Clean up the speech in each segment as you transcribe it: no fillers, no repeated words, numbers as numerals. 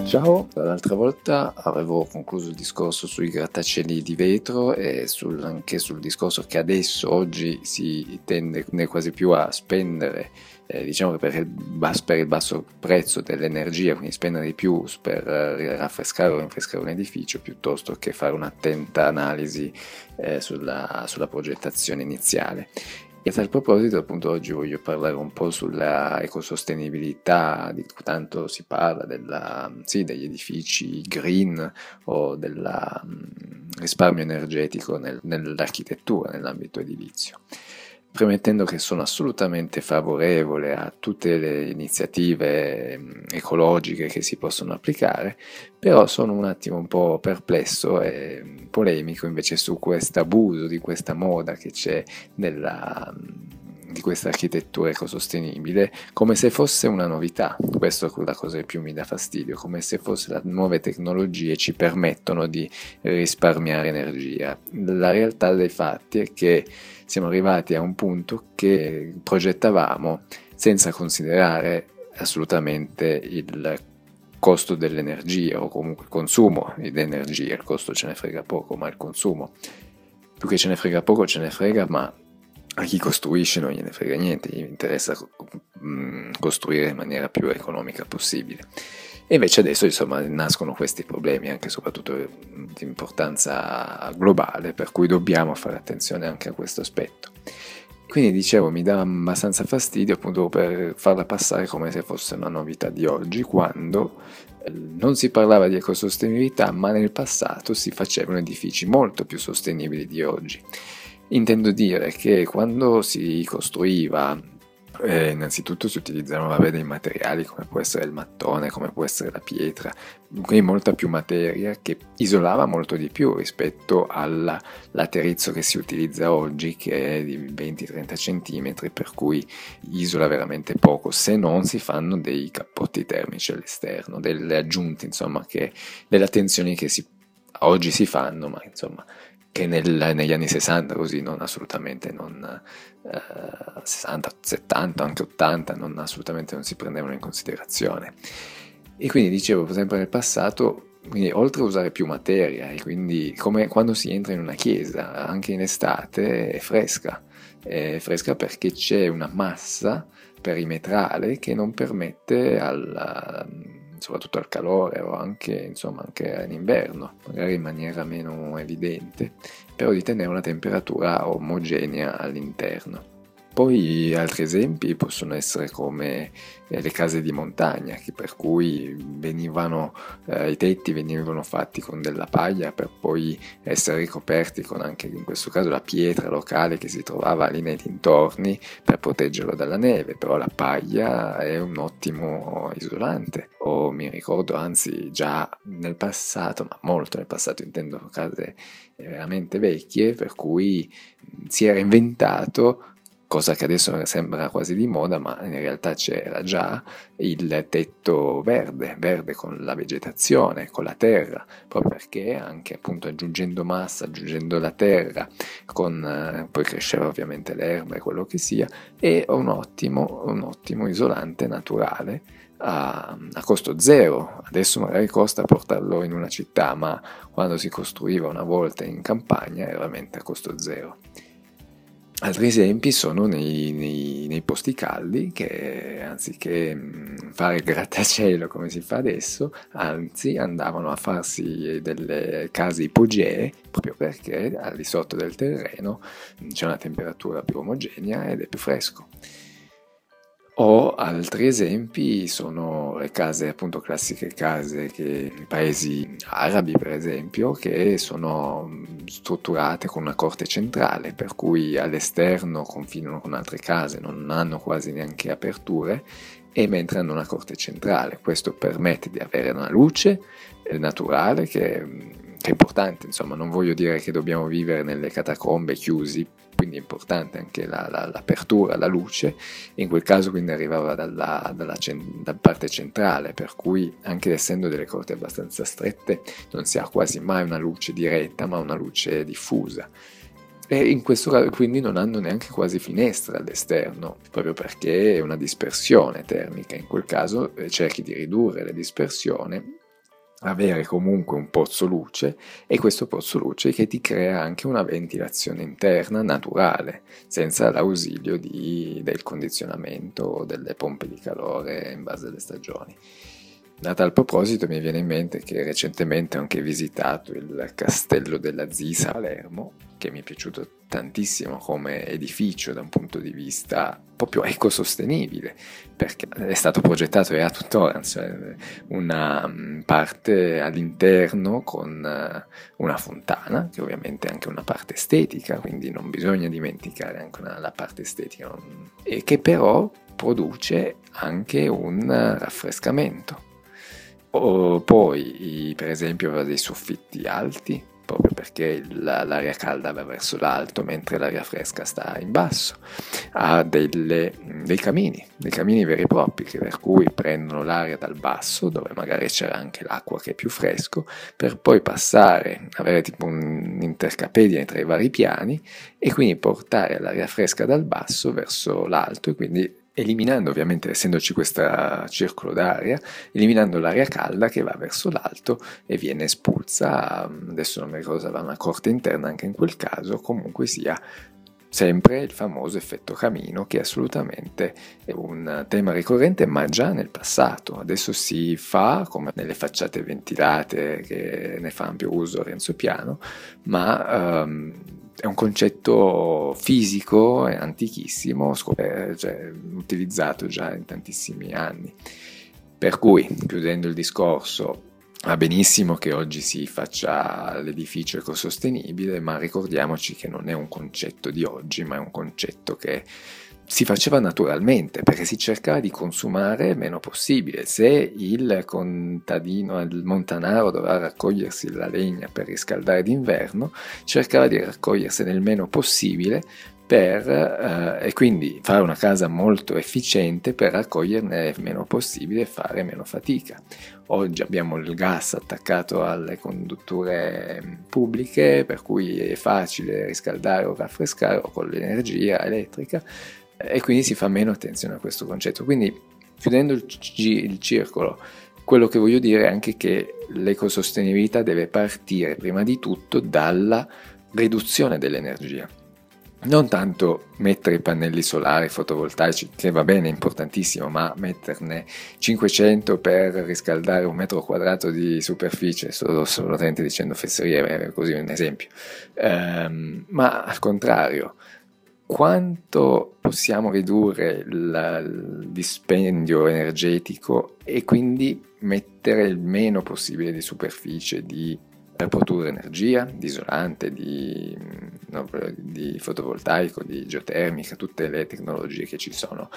Ciao, l'altra volta avevo concluso il discorso sui grattacieli di vetro e anche sul discorso che adesso, oggi, si tende quasi più a spendere, diciamo che per il basso prezzo dell'energia, quindi spendere di più per raffrescare o rinfrescare un edificio piuttosto che fare un'attenta analisi sulla progettazione iniziale. E a tal proposito, appunto, oggi voglio parlare un po' sulla ecosostenibilità, di cui tanto si parla sì, degli edifici green o del risparmio energetico nell'architettura, nell'ambito edilizio. Premettendo che sono assolutamente favorevole a tutte le iniziative ecologiche che si possono applicare, però sono un attimo un po' perplesso e polemico invece su questo abuso di questa moda che c'è di questa architettura ecosostenibile, come se fosse una novità. Questo è la cosa che più mi dà fastidio, come se fosse le nuove tecnologie ci permettono di risparmiare energia. La realtà dei fatti è che siamo arrivati a un punto che progettavamo senza considerare assolutamente il costo dell'energia o comunque il consumo di energia. Il costo ce ne frega poco, ma il consumo, più che ce ne frega poco, ce ne frega, ma a chi costruisce non gliene frega niente, gli interessa costruire in maniera più economica possibile. E invece adesso, insomma, nascono questi problemi, anche e soprattutto di importanza globale, per cui dobbiamo fare attenzione anche a questo aspetto. Quindi dicevo, mi dà abbastanza fastidio appunto per farla passare come se fosse una novità di oggi, quando non si parlava di ecosostenibilità, ma nel passato si facevano edifici molto più sostenibili di oggi. Intendo dire che quando si costruiva, innanzitutto si utilizzavano dei materiali come può essere il mattone, come può essere la pietra, quindi molta più materia che isolava molto di più rispetto all'atterrizzo che si utilizza oggi, che è di 20-30 cm, per cui isola veramente poco, se non si fanno dei cappotti termici all'esterno, delle aggiunte, insomma, delle attenzioni che oggi si fanno, ma insomma che negli anni 60 così non assolutamente, 60, 70, anche 80 assolutamente non si prendevano in considerazione. E quindi dicevo, sempre nel passato, quindi oltre a usare più materia, e quindi come quando si entra in una chiesa, anche in estate è fresca perché c'è una massa perimetrale che non permette soprattutto al calore o anche in inverno, magari in maniera meno evidente, però di tenere una temperatura omogenea all'interno. Poi altri esempi possono essere come le case di montagna, per cui i tetti venivano fatti con della paglia per poi essere ricoperti con, anche in questo caso, la pietra locale che si trovava lì nei dintorni per proteggerlo dalla neve, però la paglia è un ottimo isolante. O mi ricordo, anzi già nel passato, ma molto nel passato, intendo case veramente vecchie, per cui si era inventato, cosa che adesso sembra quasi di moda, ma in realtà c'era già, il tetto verde con la vegetazione, con la terra, proprio perché anche appunto aggiungendo massa, aggiungendo la terra, poi cresceva ovviamente l'erba e quello che sia, è un ottimo isolante naturale a costo zero. Adesso magari costa portarlo in una città, ma quando si costruiva una volta in campagna era veramente a costo zero. Altri esempi sono nei posti caldi, che anziché fare il grattacielo come si fa adesso, anzi andavano a farsi delle case ipogee, proprio perché al di sotto del terreno c'è una temperatura più omogenea ed è più fresco. O altri esempi sono le case, appunto classiche case che nei paesi arabi, per esempio, che sono strutturate con una corte centrale, per cui all'esterno confinano con altre case, non hanno quasi neanche aperture, e mentre hanno una corte centrale. Questo permette di avere una luce naturale che è importante, insomma, non voglio dire che dobbiamo vivere nelle catacombe chiusi, quindi è importante anche l'apertura, la luce, in quel caso quindi arrivava dalla parte centrale, per cui anche essendo delle corte abbastanza strette non si ha quasi mai una luce diretta, ma una luce diffusa. E in questo caso quindi non hanno neanche quasi finestre all'esterno, proprio perché è una dispersione termica. In quel caso cerchi di ridurre la dispersione avere comunque un pozzo luce, e questo pozzo luce che ti crea anche una ventilazione interna naturale, senza l'ausilio del condizionamento o delle pompe di calore in base alle stagioni. A tal proposito mi viene in mente che recentemente ho anche visitato il castello della Zisa a Palermo, che mi è piaciuto tantissimo come edificio da un punto di vista proprio ecosostenibile, perché è stato progettato e ha tuttora, cioè, una parte all'interno con una fontana, che ovviamente è anche una parte estetica, quindi non bisogna dimenticare anche la parte estetica, e che però produce anche un raffrescamento. O poi, per esempio, aveva dei soffitti alti, proprio perché l'aria calda va verso l'alto mentre l'aria fresca sta in basso. Ha dei camini veri e propri, per cui prendono l'aria dal basso, dove magari c'era anche l'acqua che è più fresco, per poi passare, avere tipo un'intercapedine tra i vari piani e quindi portare l'aria fresca dal basso verso l'alto, e quindi eliminando, ovviamente, essendoci questo circolo d'aria, eliminando l'aria calda che va verso l'alto e viene espulsa. Adesso non mi ricordo se aveva una corte interna anche in quel caso, comunque sia sempre il famoso effetto camino, che assolutamente è un tema ricorrente, ma già nel passato. Adesso si fa come nelle facciate ventilate, che ne fa ampio uso Renzo Piano, ma è un concetto fisico e antichissimo, cioè, utilizzato già in tantissimi anni. Per cui, chiudendo il discorso, va benissimo che oggi si faccia l'edificio ecosostenibile, ma ricordiamoci che non è un concetto di oggi, ma è un concetto che si faceva naturalmente, perché si cercava di consumare il meno possibile. Se il contadino, il montanaro, doveva raccogliersi la legna per riscaldare d'inverno, cercava di raccogliersene il meno possibile e quindi fare una casa molto efficiente per raccoglierne il meno possibile e fare meno fatica. Oggi abbiamo il gas attaccato alle condutture pubbliche, per cui è facile riscaldare o raffrescare, o con l'energia elettrica, e quindi si fa meno attenzione a questo concetto. Quindi, chiudendo il circolo, quello che voglio dire è anche che l'ecosostenibilità deve partire prima di tutto dalla riduzione dell'energia. Non tanto mettere i pannelli solari fotovoltaici, che va bene, è importantissimo, ma metterne 500 per riscaldare 1 metro quadrato di superficie, sto solamente dicendo fesserie, così un esempio. Ma al contrario, quanto possiamo ridurre il dispendio energetico e quindi mettere il meno possibile di superficie per produrre energia, di isolante, di fotovoltaico, di geotermica, tutte le tecnologie che ci sono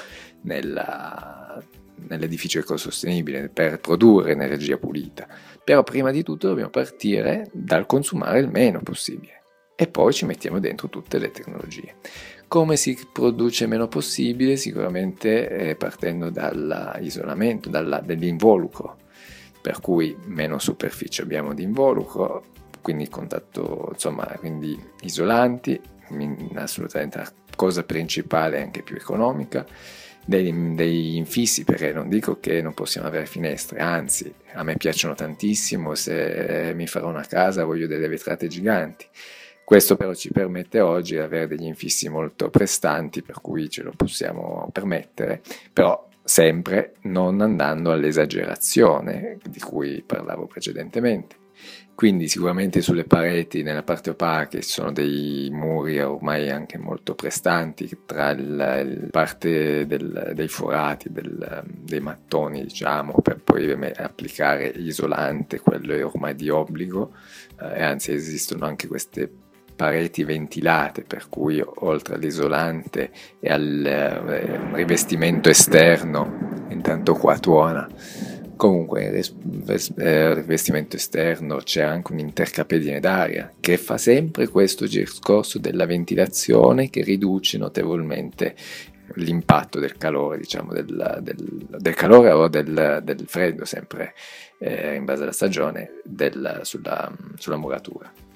nell'edificio ecosostenibile per produrre energia pulita. Però prima di tutto dobbiamo partire dal consumare il meno possibile e poi ci mettiamo dentro tutte le tecnologie. Come si produce meno possibile? Sicuramente partendo dall'isolamento, dell'involucro, per cui meno superficie abbiamo di involucro, quindi contatto, insomma, quindi isolanti, assolutamente la cosa principale, anche più economica, dei infissi, perché non dico che non possiamo avere finestre, anzi, a me piacciono tantissimo. Se mi farò una casa voglio delle vetrate giganti. Questo però ci permette oggi di avere degli infissi molto prestanti, per cui ce lo possiamo permettere, però sempre non andando all'esagerazione di cui parlavo precedentemente. Quindi sicuramente sulle pareti, nella parte opaca, ci sono dei muri ormai anche molto prestanti tra la parte dei forati, dei mattoni, diciamo, per poi applicare isolante, quello è ormai di obbligo, e anzi esistono anche queste pareti ventilate, per cui oltre all'isolante e al rivestimento esterno, intanto qua tuona, comunque il rivestimento esterno c'è anche un'intercapedine d'aria che fa sempre questo discorso della ventilazione, che riduce notevolmente l'impatto del calore, diciamo del calore o del freddo, sempre in base alla stagione, sulla muratura.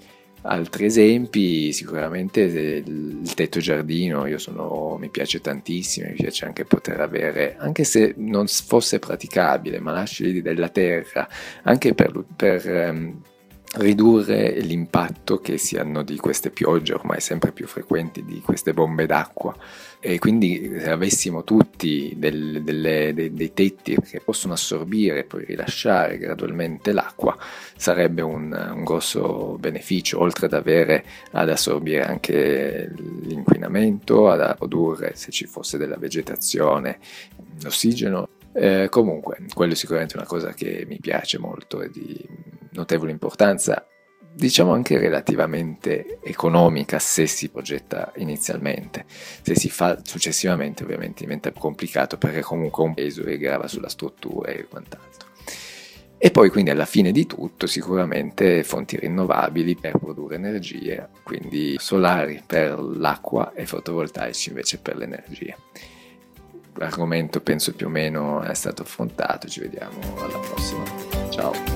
Altri esempi, sicuramente il tetto giardino, mi piace tantissimo, mi piace anche poter avere, anche se non fosse praticabile, ma lasci della terra, anche per ridurre l'impatto che si hanno di queste piogge ormai sempre più frequenti, di queste bombe d'acqua. E quindi se avessimo tutti dei tetti che possono assorbire e poi rilasciare gradualmente l'acqua, sarebbe un grosso beneficio, oltre ad assorbire anche l'inquinamento, ad produrre, se ci fosse della vegetazione, l'ossigeno. Comunque, quello è sicuramente una cosa che mi piace molto e di notevole importanza, diciamo anche relativamente economica se si progetta inizialmente. Se si fa successivamente ovviamente diventa più complicato, perché comunque un peso che grava sulla struttura e quant'altro. E poi quindi alla fine di tutto sicuramente fonti rinnovabili per produrre energie, quindi solari per l'acqua e fotovoltaici invece per l'energia. L'argomento penso più o meno è stato affrontato, ci vediamo alla prossima. Ciao!